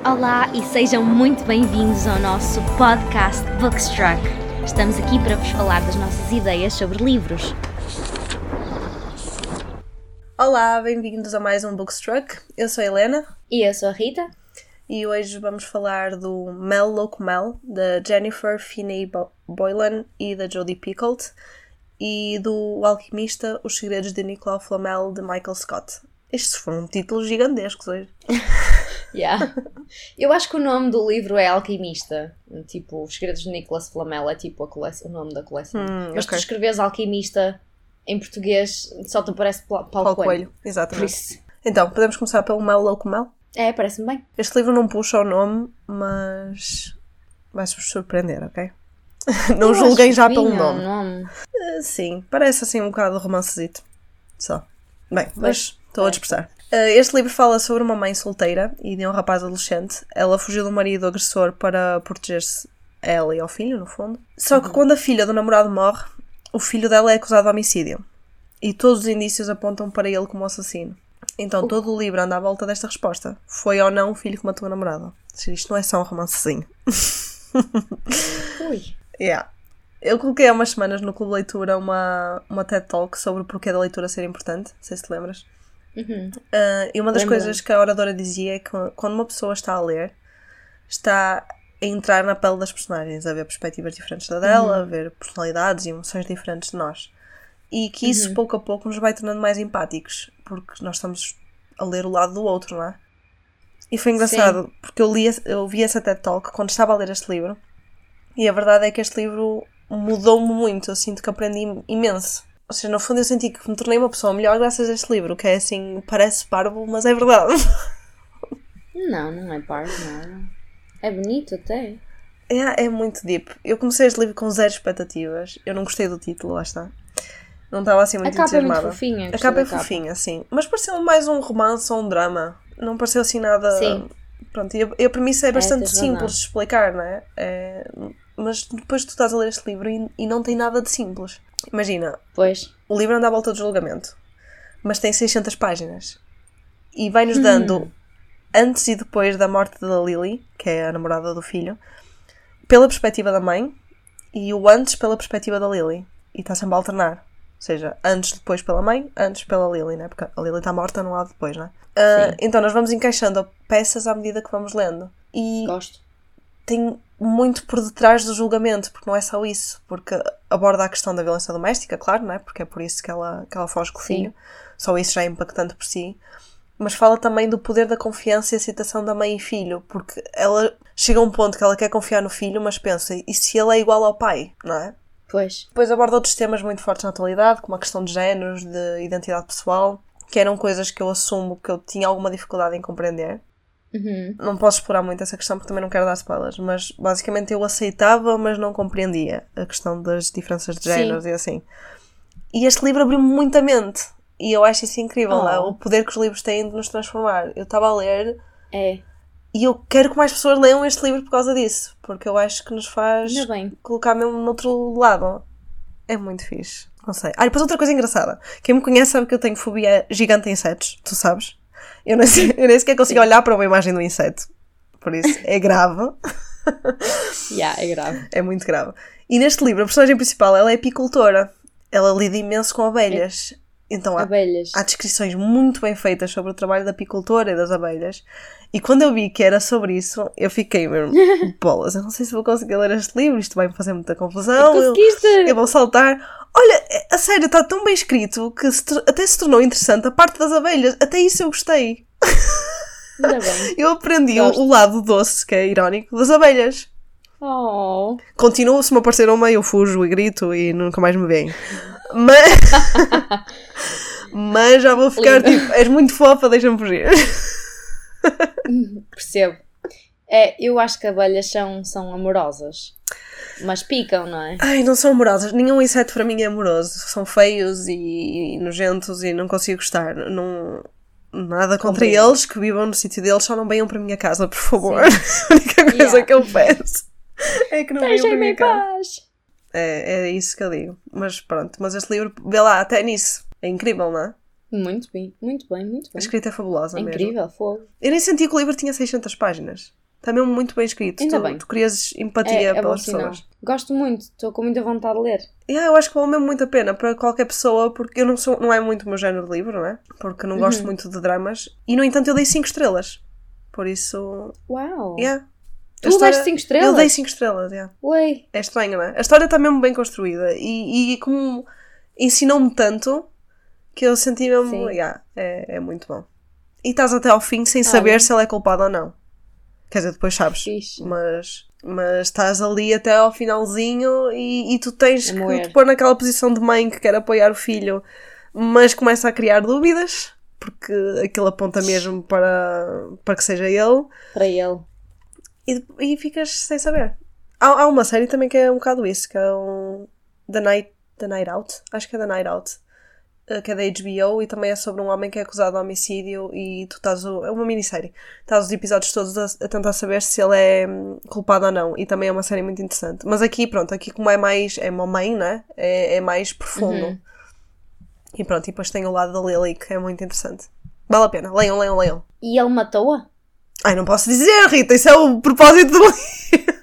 Olá e sejam muito bem-vindos ao nosso podcast Bookstruck. Estamos aqui para vos falar das nossas ideias sobre livros. Olá, bem-vindos a mais um Bookstruck. Eu sou a Helena. E eu sou a Rita. E hoje vamos falar do Mel Louco Mel, da Jennifer Finney Boylan e da Jodi Picoult, e do O Alquimista, Os Segredos de Nicolau Flamel, de Michael Scott. Estes foram títulos gigantescos hoje. Yeah. Eu acho que o nome do livro é Alquimista. Tipo, Os Segredos de Nicolas Flamel é tipo o nome da coleção. Mas okay. tu escreves Alquimista em português, só te aparece Paulo Coelho. Exatamente. Então, podemos começar pelo Mel Louco Mel? É, parece-me bem. Este livro não puxa o nome, mas vai-vos surpreender, ok? Não julguem já pelo nome. Sim, parece assim um bocado romancezito. Só. Bem, mas estou a dispersar. Este livro fala sobre uma mãe solteira e de um rapaz adolescente. Ela fugiu do marido agressor para proteger-se a ela e ao filho, no fundo. Só que quando a filha do namorado morre, o filho dela é acusado de homicídio. E todos os indícios apontam para ele como assassino. Então todo o livro anda à volta desta resposta. Foi ou não o filho que matou a namorada? Isto não é só um romancezinho. Ui. Yeah. Eu coloquei há umas semanas no Clube de Leitura uma TED Talk sobre o porquê da leitura ser importante. Não sei se te lembras. Uhum. E uma das coisas que a oradora dizia é que quando uma pessoa está a ler, está a entrar na pele das personagens, a ver perspectivas diferentes da dela, a ver personalidades e emoções diferentes de nós. E que isso, pouco a pouco, nos vai tornando mais empáticos, porque nós estamos a ler o lado do outro, não é? E foi engraçado, porque eu vi essa TED Talk quando estava a ler este livro, e a verdade é que este livro mudou-me muito. Eu sinto que aprendi imenso. Ou seja, no fundo eu senti que me tornei uma pessoa melhor graças a este livro, que é assim, parece parvo, mas é verdade. Não é parvo, não. É bonito até. É muito deep. Eu comecei este livro com zero expectativas. Eu não gostei do título, lá está. Não estava assim muito entusiasmada. A capa é muito fofinha. A capa é fofinha, sim. Mas pareceu mais um romance ou um drama. Não pareceu assim nada... Sim. Pronto, e a premissa é bastante simples de explicar, não é? Mas depois tu estás a ler este livro e não tem nada de simples. Imagina, o livro anda à volta do julgamento, mas tem 600 páginas. E vai-nos dando, antes e depois da morte da Lily, que é a namorada do filho, pela perspectiva da mãe, e o antes pela perspectiva da Lily. E está sempre a alternar. Ou seja, antes depois pela mãe, antes pela Lily, né? Porque a Lily está morta, não há depois, né? Então nós vamos encaixando peças à medida que vamos lendo. E gosto. Tem muito por detrás do julgamento, porque não é só isso, porque aborda a questão da violência doméstica, claro, não é? Porque é por isso que ela foge com o filho. Só isso já é impactante por si. Mas fala também do poder da confiança e a aceitação da mãe e filho, porque ela chega a um ponto que ela quer confiar no filho, mas pensa, e se ele é igual ao pai, não é? Pois. Depois aborda outros temas muito fortes na atualidade, como a questão de géneros, de identidade pessoal, que eram coisas que eu assumo que eu tinha alguma dificuldade em compreender. Não posso explorar muito essa questão porque também não quero dar spoilers, mas basicamente eu aceitava, mas não compreendia a questão das diferenças de géneros e assim. E este livro abriu-me muita mente e eu acho isso incrível, não é? O poder que os livros têm de nos transformar. Eu estava a ler e eu quero que mais pessoas leiam este livro por causa disso, porque eu acho que nos faz colocar mesmo no outro lado. É muito fixe. Não sei. Depois outra coisa engraçada. Quem me conhece sabe que eu tenho fobia gigante a insetos, tu sabes? Eu nem sequer consigo olhar para uma imagem do inseto. Por isso, é grave. É grave. É muito grave. E neste livro, a personagem principal, ela é apicultora. Ela lida imenso com abelhas. Então há descrições muito bem feitas sobre o trabalho da apicultora e das abelhas. E quando eu vi que era sobre isso, eu fiquei mesmo, bolas, eu não sei se vou conseguir ler este livro, isto vai-me fazer muita confusão. Eu vou saltar. Olha, a sério, está tão bem escrito que até se tornou interessante a parte das abelhas. Até isso eu gostei. Ainda bem. Eu aprendi o lado doce, que é irónico, das abelhas. Continuo, se me aparecer uma, eu fujo e grito e nunca mais me veem. Mas já vou ficar tipo, és muito fofa, deixa-me fugir. Percebo. Eu acho que abelhas são amorosas. Mas picam, não é? Não são amorosas. Nenhum inseto para mim é amoroso. São feios e nojentos e não consigo gostar. Nada contra eles, que vivam no sítio deles, só não venham para a minha casa, por favor. A única coisa que eu peço é que não venham para a minha casa. É isso que eu digo. Mas pronto, mas este livro, vê lá, até nisso. É incrível, não é? Muito bem, muito bem, muito bem. A escrita é fabulosa mesmo. Incrível, fogo. Eu nem senti que o livro tinha 600 páginas. Está mesmo muito bem escrito. Ainda bem. Tu crias empatia pelas pessoas. Sinal. Gosto muito, estou com muita vontade de ler. Eu acho que vale mesmo muito a pena para qualquer pessoa, porque eu não é muito o meu género de livro, não é? Porque não gosto muito de dramas. E, no entanto, eu dei 5 estrelas. Por isso... Uau! Yeah. Tu deste 5 estrelas? Eu dei 5 estrelas, Ué. É estranho, não é? A história está mesmo bem construída. E como ensinou-me tanto que eu senti mesmo... É muito bom. E estás até ao fim sem saber se ele é culpado ou não. Quer dizer, depois sabes. Fixe. Mas estás ali até ao finalzinho e tu tens que te pôr naquela posição de mãe que quer apoiar o filho, mas começa a criar dúvidas, porque aquilo aponta mesmo para que seja ele. Para ele. E ficas sem saber. Há uma série também que é um bocado isso, que é The Night Out. Acho que é The Night Out. Que é da HBO e também é sobre um homem que é acusado de homicídio e tu estás... É uma minissérie. Estás os episódios todos a tentar saber se ele é culpado ou não. E também é uma série muito interessante. Mas aqui, pronto, aqui como é mais... É uma mãe, né? É mais profundo. E pronto, e depois tem o lado da Lily, que é muito interessante. Vale a pena. Leiam. E ele matou-a? Ai, não posso dizer, Rita. Isso é o propósito do livro.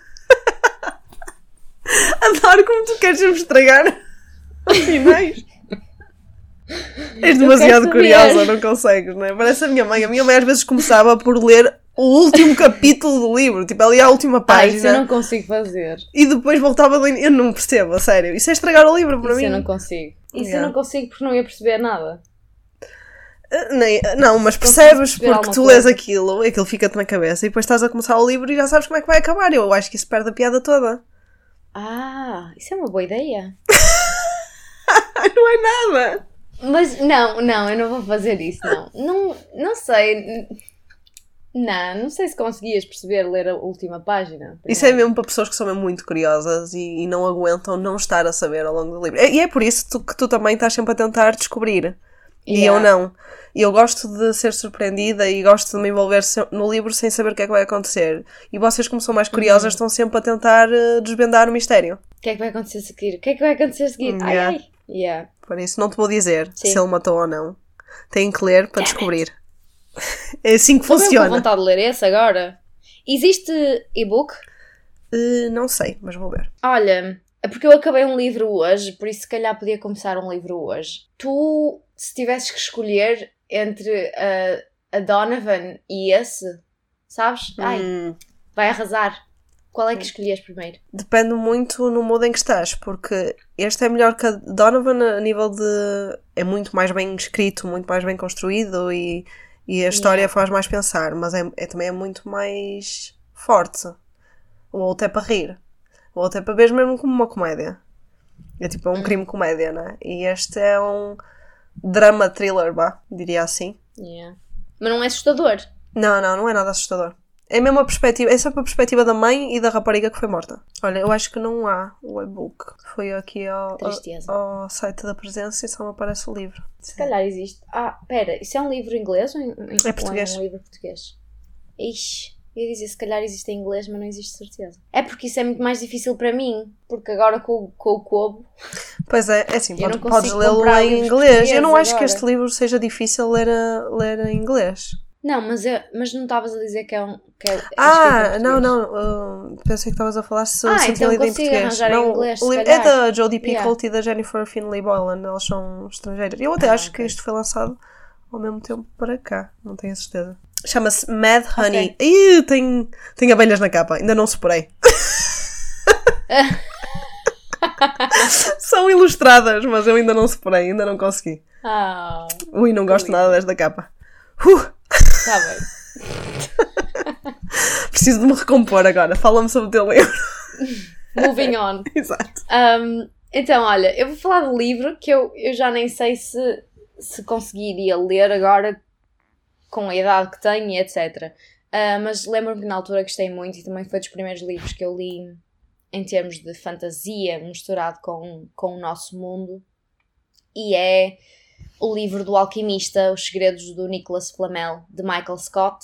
Adoro como tu queres me estragar os finais. És demasiado curiosa, não consegues, não é? Parece a minha mãe. A minha mãe às vezes começava por ler o último capítulo do livro. Tipo, ali a última página. Isso eu não consigo fazer. E depois voltava a ler. Eu não percebo, a sério. Isso é estragar o livro para mim. Isso eu não consigo. Eu não consigo porque não ia perceber nada. Não, mas percebes porque tu lês aquilo fica-te na cabeça e depois estás a começar o livro e já sabes como é que vai acabar. Eu acho que isso perde a piada toda. Isso é uma boa ideia. Não é nada. Mas não, eu não vou fazer isso, não. Não sei. Não sei se conseguias perceber ler a última página. Isso é mesmo para pessoas que são mesmo muito curiosas e não aguentam não estar a saber ao longo do livro. E é por isso que tu também estás sempre a tentar descobrir. E eu não. E eu gosto de ser surpreendida e gosto de me envolver no livro sem saber o que é que vai acontecer. E vocês, como são mais curiosas, estão sempre a tentar desvendar o mistério. O que é que vai acontecer a seguir? Ai. Por isso não te vou dizer se ele matou ou não. Têm que ler para descobrir. É assim que funciona. Estou com vontade de ler esse agora. Existe e-book? Não sei, mas vou ver. Olha, é porque eu acabei um livro hoje, por isso se calhar podia começar um livro hoje. Tu, se tivesses que escolher entre a Donovan e esse, sabes? Vai arrasar. Qual é que escolhias primeiro? Depende muito no modo em que estás, porque este é melhor que a Donovan a nível de... É muito mais bem escrito, muito mais bem construído e a história faz mais pensar, mas também é muito mais forte. O outro é para rir. O outro é para ver mesmo como uma comédia. É tipo um crime-comédia, não é? E este é um drama-thriller, diria assim. Mas não é assustador? Não é nada assustador. É mesmo a perspectiva, é só para a perspectiva da mãe e da rapariga que foi morta. Olha, eu acho que não há o e-book. Foi aqui ao site da Presença e só me aparece o livro. Se calhar existe. Pera, isso é um livro inglês ou é português? Ou é um livro português? Ixi, eu ia dizer se calhar existe em inglês, mas não existe certeza. É porque isso é muito mais difícil para mim, porque agora com o Kobo... Pois é assim, podes lê-lo em inglês. Eu não acho que este livro seja difícil ler em inglês. Não, mas não estavas a dizer que é não. Pensei que estavas a falar se tinha lido em português. Não, em inglês, o livro é da Jodie Picoult e da Jennifer Finley Boylan. Elas são estrangeiras. Eu até acho que isto foi lançado ao mesmo tempo para cá. Não tenho a certeza. Chama-se Mad Honey. Ih, tem abelhas na capa. Ainda não superei. São ilustradas, mas eu ainda não superei. Ainda não consegui. Ui, não gosto nada desta capa. Está bem. Preciso de me recompor agora. Fala-me sobre o teu livro. Moving on. Exato. Então, olha, eu vou falar do livro que eu já nem sei se conseguiria ler agora com a idade que tenho e etc. Mas lembro-me que na altura gostei muito e também foi dos primeiros livros que eu li em termos de fantasia misturado com o nosso mundo. E é o livro do Alquimista, Os Segredos do Nicholas Flamel, de Michael Scott.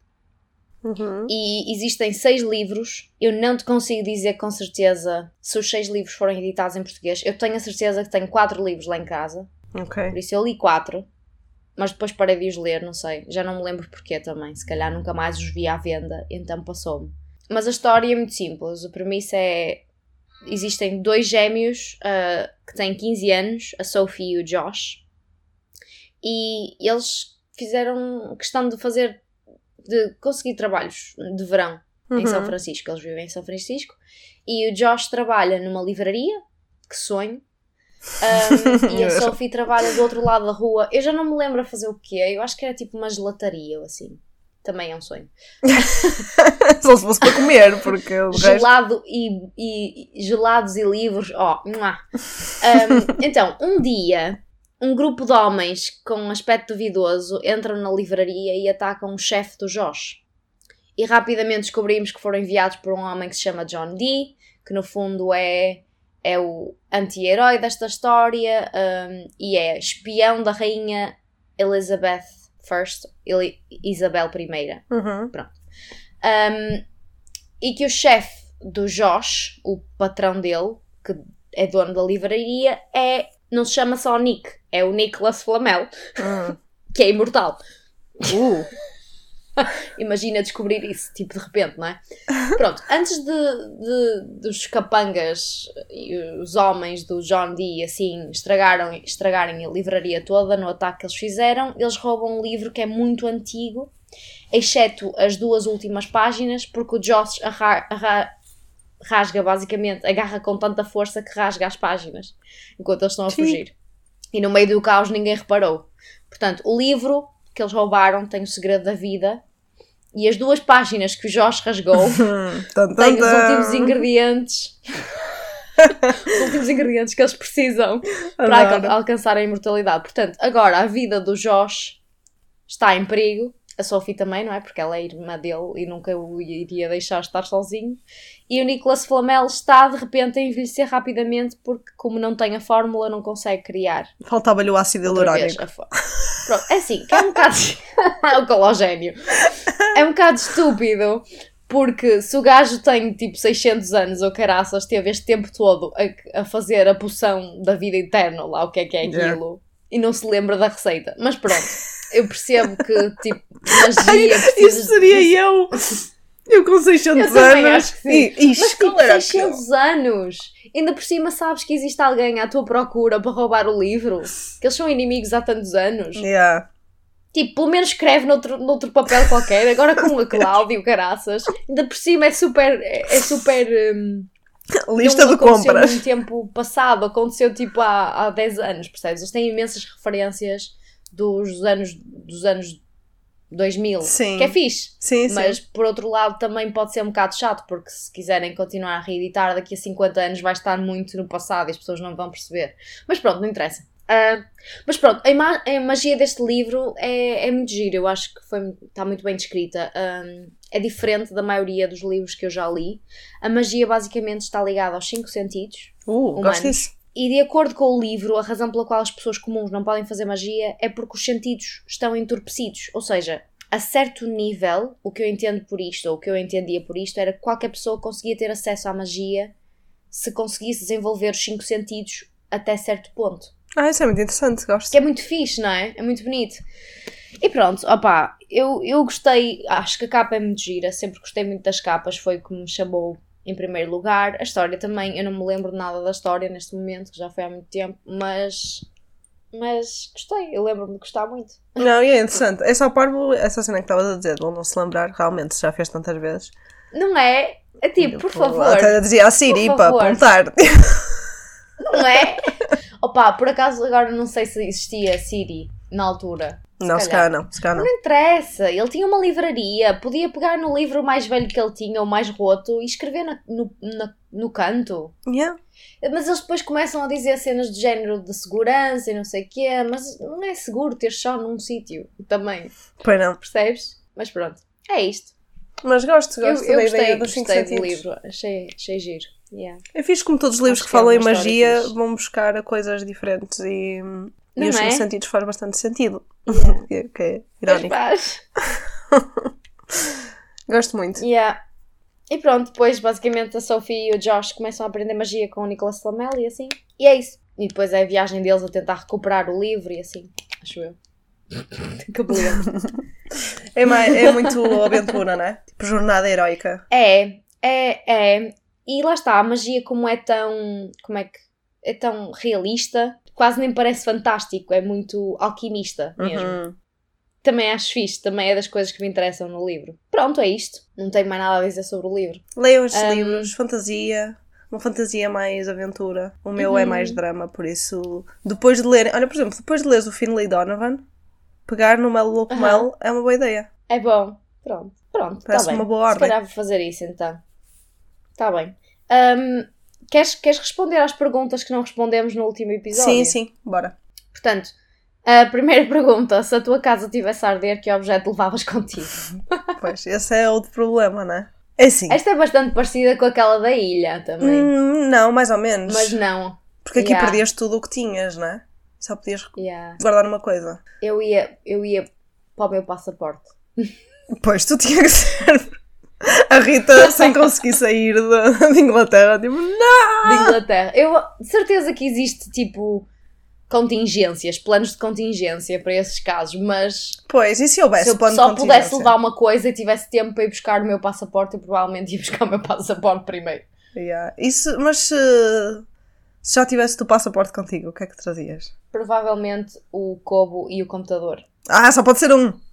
E existem 6 livros. Eu não te consigo dizer com certeza se os 6 livros foram editados em português. Eu tenho a certeza que tenho 4 livros lá em casa. Por isso eu li 4. mas depois parei de os ler, não sei. Já não me lembro porquê também. Se calhar nunca mais os vi à venda, então passou-me. Mas a história é muito simples. A premissa é... Existem 2 gêmeos que têm 15 anos, a Sophie e o Josh. E eles fizeram questão de conseguir trabalhos de verão em São Francisco. Eles vivem em São Francisco. E o Josh trabalha numa livraria, que sonho. E a Sophie trabalha do outro lado da rua. Eu já não me lembro a fazer o quê. Eu acho que era tipo uma gelataria ou assim. Também é um sonho. Só se fosse para comer, porque o Gelado e gelados e livros. Então, um dia, um grupo de homens com aspecto duvidoso entram na livraria e atacam o chefe do Josh. E rapidamente descobrimos que foram enviados por um homem que se chama John Dee, que no fundo é o anti-herói desta história e é espião da rainha Elizabeth I, Isabel I. Pronto. E que o chefe do Josh, o patrão dele, que é dono da livraria, não se chama só Nick, é o Nicholas Flamel, que é imortal. Imagina descobrir isso, tipo, de repente, não é? Pronto, antes dos capangas e os homens do John Dee, assim, estragarem a livraria toda no ataque que eles fizeram, eles roubam um livro que é muito antigo, exceto as 2 últimas páginas, porque o Josh rasga, basicamente, agarra com tanta força que rasga as páginas, enquanto eles estão a fugir. E no meio do caos ninguém reparou. Portanto, o livro que eles roubaram tem o segredo da vida e as 2 páginas que o Josh rasgou têm os últimos ingredientes que eles precisam para alcançar a imortalidade. Portanto, agora a vida do Josh está em perigo, a Sophie também, não é? Porque ela é irmã dele e nunca o iria deixar estar sozinho. E o Nicholas Flamel está de repente a envelhecer rapidamente porque, como não tem a fórmula, não consegue criar. Faltava-lhe o ácido hialurónico. Pronto, é assim, que é um bocado... o cologénio. É um bocado estúpido, porque se o gajo tem tipo 600 anos ou caraças, teve este tempo todo a fazer a poção da vida eterna, lá o que é aquilo, e não se lembra da receita. Mas pronto, eu percebo que tipo, magia... Isso seria eu! Eu com 600 eu anos. Acho que sim. Mas tipo, 600 anos. Ainda por cima sabes que existe alguém à tua procura para roubar o livro. Que eles são inimigos há tantos anos. Yeah. Tipo, pelo menos escreve noutro papel qualquer. Agora com a Cláudia e o caraças. Ainda por cima é super lista de compras. Não aconteceu no tempo passado. Aconteceu tipo há 10 anos, percebes? Eles têm imensas referências dos anos 2000, sim. Que é fixe, sim, mas sim. Por outro lado também pode ser um bocado chato, porque se quiserem continuar a reeditar daqui a 50 anos vai estar muito no passado e as pessoas não vão perceber, mas pronto, não interessa. Mas pronto, a magia deste livro é muito giro, eu acho que está muito bem descrita. É diferente da maioria dos livros que eu já li. A magia basicamente está ligada aos 5 sentidos humanos. Gosto disso. E de acordo com o livro, a razão pela qual as pessoas comuns não podem fazer magia é porque os sentidos estão entorpecidos. Ou seja, a certo nível, o que eu entendo por isto, ou o que eu entendia por isto, era que qualquer pessoa conseguia ter acesso à magia se conseguisse desenvolver os 5 sentidos até certo ponto. Isso é muito interessante, gosto. Que é muito fixe, não é? É muito bonito. E pronto, opá, eu gostei, acho que a capa é muito gira, sempre gostei muito das capas, foi o que me chamou em primeiro lugar. A história também, eu não me lembro nada da história neste momento, que já foi há muito tempo, mas gostei, eu lembro-me de gostar muito. Não, e é interessante. É só parvo essa cena que estavas a dizer, de não se lembrar, realmente, já fez tantas vezes. Não é? É tipo, por favor. Até dizia a Siri para apontar. Não é? Opa, por acaso agora não sei se existia Siri na altura. Se calhar não. Não interessa, ele tinha uma livraria, podia pegar no livro mais velho que ele tinha, o mais roto, e escrever no canto. Yeah. Mas eles depois começam a dizer cenas de género de segurança e não sei o quê, mas não é seguro ter só num sítio também. Pois não. Percebes? Mas pronto, é isto. Mas gosto da ideia dos 5 sentidos. Do livro, achei giro. Yeah. É fixe como todos os livros que falam em magia vão buscar coisas diferentes e os 5 sentidos faz bastante sentido. Yeah. que é irónico. Gosto muito. Yeah. E pronto, depois basicamente a Sophie e o Josh começam a aprender magia com o Nicholas Flamel e assim. E é isso. E depois é a viagem deles a tentar recuperar o livro e assim, acho eu. É muito aventura, não é? Tipo, jornada heroica. É. E lá está, a magia como é tão... É tão realista, quase nem parece fantástico, é muito alquimista mesmo. Também acho fixe, também é das coisas que me interessam no livro. Pronto, é isto. Não tenho mais nada a dizer sobre o livro. Leio estes livros, fantasia, uma fantasia mais aventura. O meu é mais drama, por isso, depois de ler... Olha, por exemplo, depois de leres o Finlay Donovan, pegar no Mel Louco Mel é uma boa ideia. É bom. Pronto, parece tá bem. Uma boa ordem. Se calhar vou fazer isso, então. Está bem. Queres responder às perguntas que não respondemos no último episódio? Sim, bora. Portanto, a primeira pergunta, se a tua casa tivesse a arder, que objeto levavas contigo? Pois, esse é outro problema, não é? É assim. Esta é bastante parecida com aquela da ilha também. Não, mais ou menos. Mas não. Porque aqui perdias tudo o que tinhas, não é? Só podias guardar uma coisa. Eu ia para o meu passaporte. Pois, tu tinha que ser a Rita sem conseguir sair de Inglaterra. Tipo, não! De Inglaterra. Eu, de certeza que existe, tipo, contingências, planos de contingência para esses casos, mas... Pois, e se houvesse plano de só contingência? pudesse levar uma coisa e tivesse tempo para ir buscar o meu passaporte, eu provavelmente ia buscar o meu passaporte primeiro. Mas se já tivesse o passaporte contigo, o que é que trazias? Provavelmente o Kobo e o computador. Só pode ser um!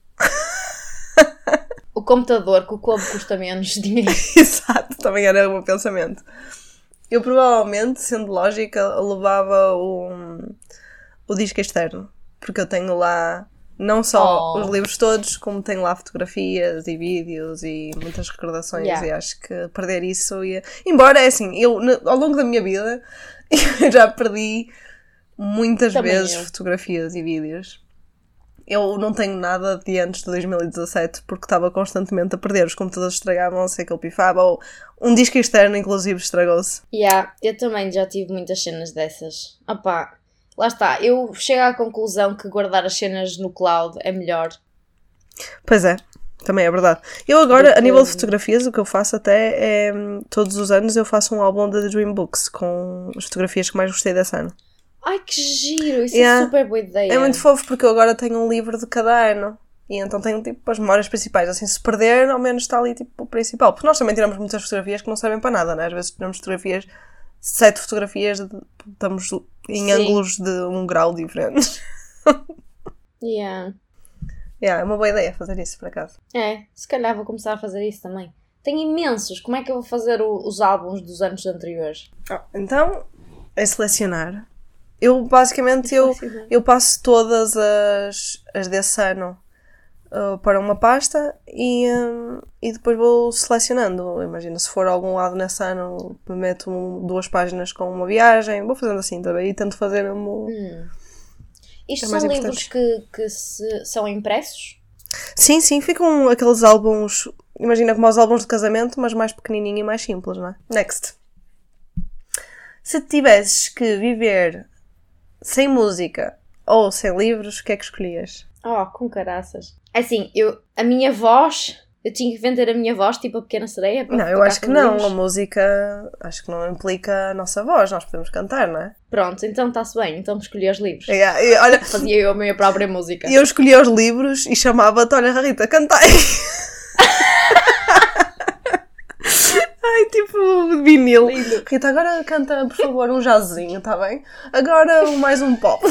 O computador, que o Kobo custa menos dinheiro. Exato, também era o meu pensamento. Eu provavelmente, sendo lógica, levava o disco externo, porque eu tenho lá não só os livros todos, como tenho lá fotografias e vídeos e muitas recordações, e acho que perder isso ia... Embora, é assim, eu ao longo da minha vida eu já perdi muitas vezes fotografias e vídeos. Eu não tenho nada de antes de 2017 porque estava constantemente a perder. Os computadores estragavam-se, aquele pifava, ou um disco externo inclusive estragou-se. Eu também já tive muitas cenas dessas. Lá está. Eu chego à conclusão que guardar as cenas no cloud é melhor. Pois é, também é verdade. Eu agora, a nível de fotografias, o que eu faço até é, todos os anos eu faço um álbum da Dream Books com as fotografias que mais gostei desse ano. Ai, que giro! Isso é super boa ideia. É muito fofo porque eu agora tenho um livro de cada ano. E então tenho tipo as memórias principais. Assim, se perder, ao menos está ali tipo o principal. Porque nós também tiramos muitas fotografias que não servem para nada, né? Às vezes tiramos fotografias, 7 fotografias, estamos em ângulos de 1 grau diferentes. É uma boa ideia fazer isso, por acaso. Se calhar vou começar a fazer isso também. Tenho imensos. Como é que eu vou fazer os álbuns dos anos anteriores? Então, é selecionar. Eu basicamente eu passo todas as desse ano para uma pasta e depois vou selecionando. Imagina, se for algum lado nesse ano, meto 2 páginas com uma viagem, vou fazendo assim também e tento fazer Isto são livros que são impressos? Sim, ficam aqueles álbuns, imagina como os álbuns de casamento, mas mais pequenininho e mais simples, não é? Next. Se tivesses que viver sem música ou sem livros, o que é que escolhias? Com caraças. Assim, a minha voz, eu tinha que vender a minha voz, tipo a Pequena Sereia? Não, eu acho que não. A música, acho que não implica a nossa voz. Nós podemos cantar, não é? Pronto, então está-se bem. Então escolhi os livros. Olha, fazia eu a minha própria música. E eu escolhi os livros e chamava-te, olha, Rita, cantai. Ai, tipo, vinil. Lindo. Rita, agora canta, por favor, um jazinho, está bem? Agora mais um pop.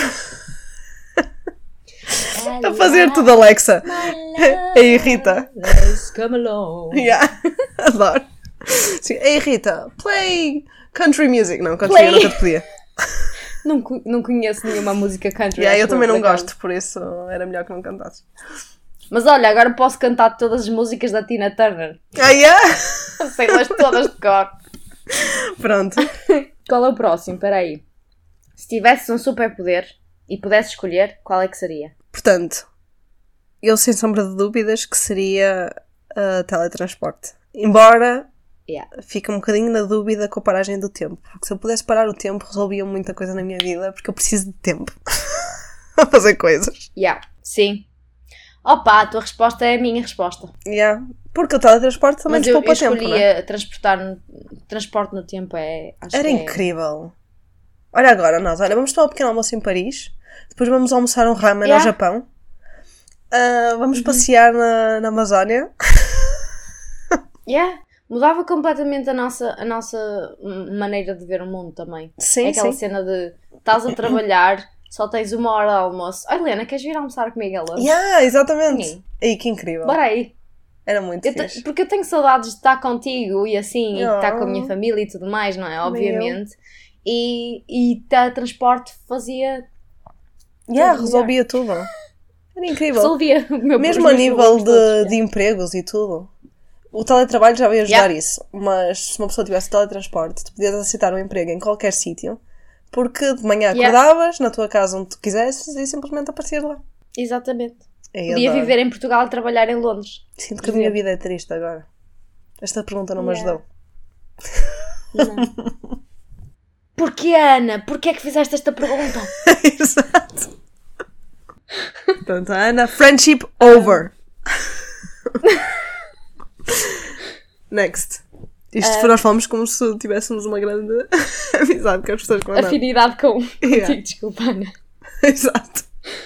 A fazer tudo, Alexa. Ei, Rita. Let's come along. Adoro. Sim. Ei, Rita, play country music. Não, country eu nunca te podia. Não conheço nenhuma música country. Eu também não gosto, por isso era melhor que não cantasses. Mas olha, agora posso cantar todas as músicas da Tina Turner. Sei-las todas de cor. Pronto. Qual é o próximo? Espera aí. Se tivesse um superpoder e pudesse escolher, qual é que seria? Portanto, eu sem sombra de dúvidas que seria teletransporte. Embora fique um bocadinho na dúvida com a paragem do tempo. Porque se eu pudesse parar o tempo, resolvia muita coisa na minha vida, porque eu preciso de tempo a fazer coisas. Sim. Opa, a tua resposta é a minha resposta. Porque o teletransporte também nos poupa tempo, não é? Transporte no tempo era incrível. Olha agora, vamos tomar um pequeno almoço em Paris, depois vamos almoçar um ramen ao Japão, Vamos passear na Amazónia. Yeah. Mudava completamente a nossa maneira de ver o mundo também. Sim, é aquela sim. cena de estás a trabalhar, só tens 1 hora de almoço. Ai, Helena, queres vir almoçar comigo a lunch? Exatamente. Sim. Ei, que incrível. Bora aí. Era muito fixe. Porque eu tenho saudades de estar contigo e assim, e de estar com a minha família e tudo mais, não é? Obviamente. E transporte fazia... resolvia tudo. Era incrível. Resolvia o meu Mesmo a nível de empregos e tudo. O teletrabalho já veio ajudar isso. Mas se uma pessoa tivesse teletransporte, tu podias aceitar um emprego em qualquer sítio, porque de manhã acordavas, na tua casa onde tu quisesses, e simplesmente aparecias lá. Exatamente. Podia viver em Portugal e trabalhar em Londres. Sinto que a minha vida é triste agora. Esta pergunta não me ajudou. Não. Porquê, Ana? Porquê é que fizeste esta pergunta? Exato. Portanto, Ana, friendship over. Next. Isto nós falamos como se tivéssemos uma grande amizade com as pessoas que mandaram. Afinidade contigo, desculpa, Ana. Exato.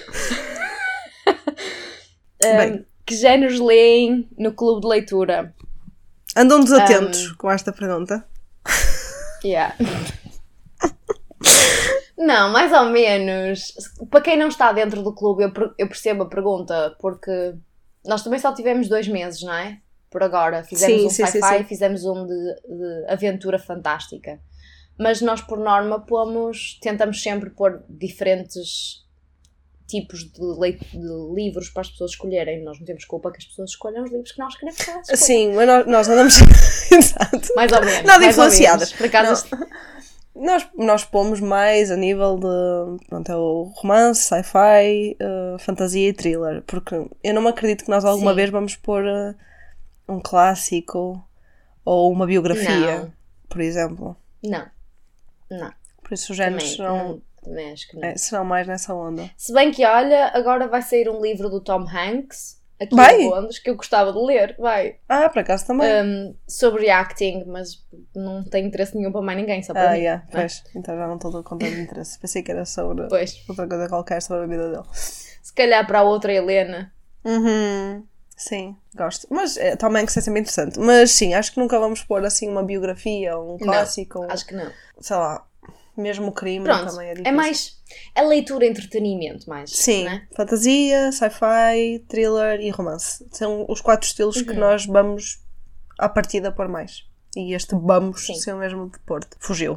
Bem. Que géneros leem no clube de leitura? Andam desatentos com esta pergunta. Yeah. Não, mais ou menos. Para quem não está dentro do clube, eu percebo a pergunta, porque nós também só tivemos 2 meses, não é? Por agora. Fizemos sci-fi e fizemos um de aventura fantástica. Mas nós, por norma, tentamos sempre pôr diferentes tipos de livros para as pessoas escolherem. Nós não temos culpa que as pessoas escolham os livros que nós queremos que elas escolham. Sim, mas nós andamos... Exato. Mais ou menos. Nada influenciadas. Por acaso... Nós pomos mais a nível de... Pronto, é o romance, sci-fi, fantasia e thriller. Porque eu não me acredito que nós alguma vez vamos pôr um clássico ou uma biografia, por exemplo. Não. Por isso os géneros também acho que não. Serão mais nessa onda. Se bem que, olha, agora vai sair um livro do Tom Hanks, aqui em Londres, que eu gostava de ler. Vai. Por acaso também. Sobre acting, mas não tem interesse nenhum para mais ninguém, só para mim. Pois. Então já não estou com tanto interesse. Pensei que era sobre outra coisa qualquer sobre a vida dele. Se calhar para a outra Helena. Sim, gosto. Mas Tom Hanks é sempre interessante. Mas sim, acho que nunca vamos pôr assim uma biografia ou um clássico. Não, acho que não. Sei lá. Mesmo o crime também é difícil. É mais a leitura entretenimento, mais. Sim, né? Fantasia, sci-fi, thriller e romance. São os 4 estilos que nós vamos à partida pôr mais. E este vamos ser o mesmo de Porto. Fugiu.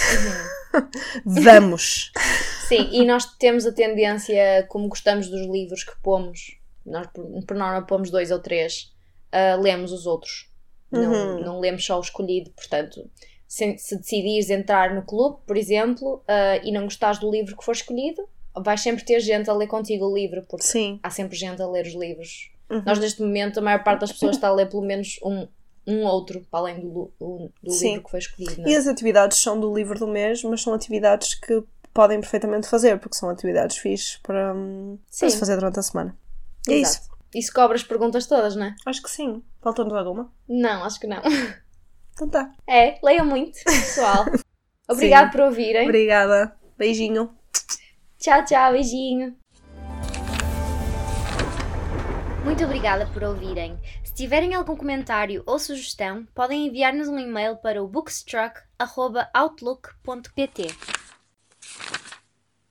Vamos. Sim, e nós temos a tendência, como gostamos dos livros que pomos, nós por norma pomos 2 ou 3, lemos os outros. Não lemos só o escolhido, portanto... Se decidires entrar no clube, por exemplo, e não gostares do livro que for escolhido, vais sempre ter gente a ler contigo o livro, porque há sempre gente a ler os livros. Nós, neste momento, a maior parte das pessoas está a ler pelo menos um outro, para além do livro que foi escolhido. Não é? E as atividades são do livro do mês, mas são atividades que podem perfeitamente fazer, porque são atividades fixes para se fazer durante a semana. Exato. É isso. Isso cobre as perguntas todas, não é? Acho que sim. Faltou-nos alguma? Não, acho que não. Então tá. Leiam muito, pessoal. Obrigada por ouvirem. Obrigada. Beijinho. Tchau, beijinho. Muito obrigada por ouvirem. Se tiverem algum comentário ou sugestão, podem enviar-nos um e-mail para o bookstruck@outlook.pt.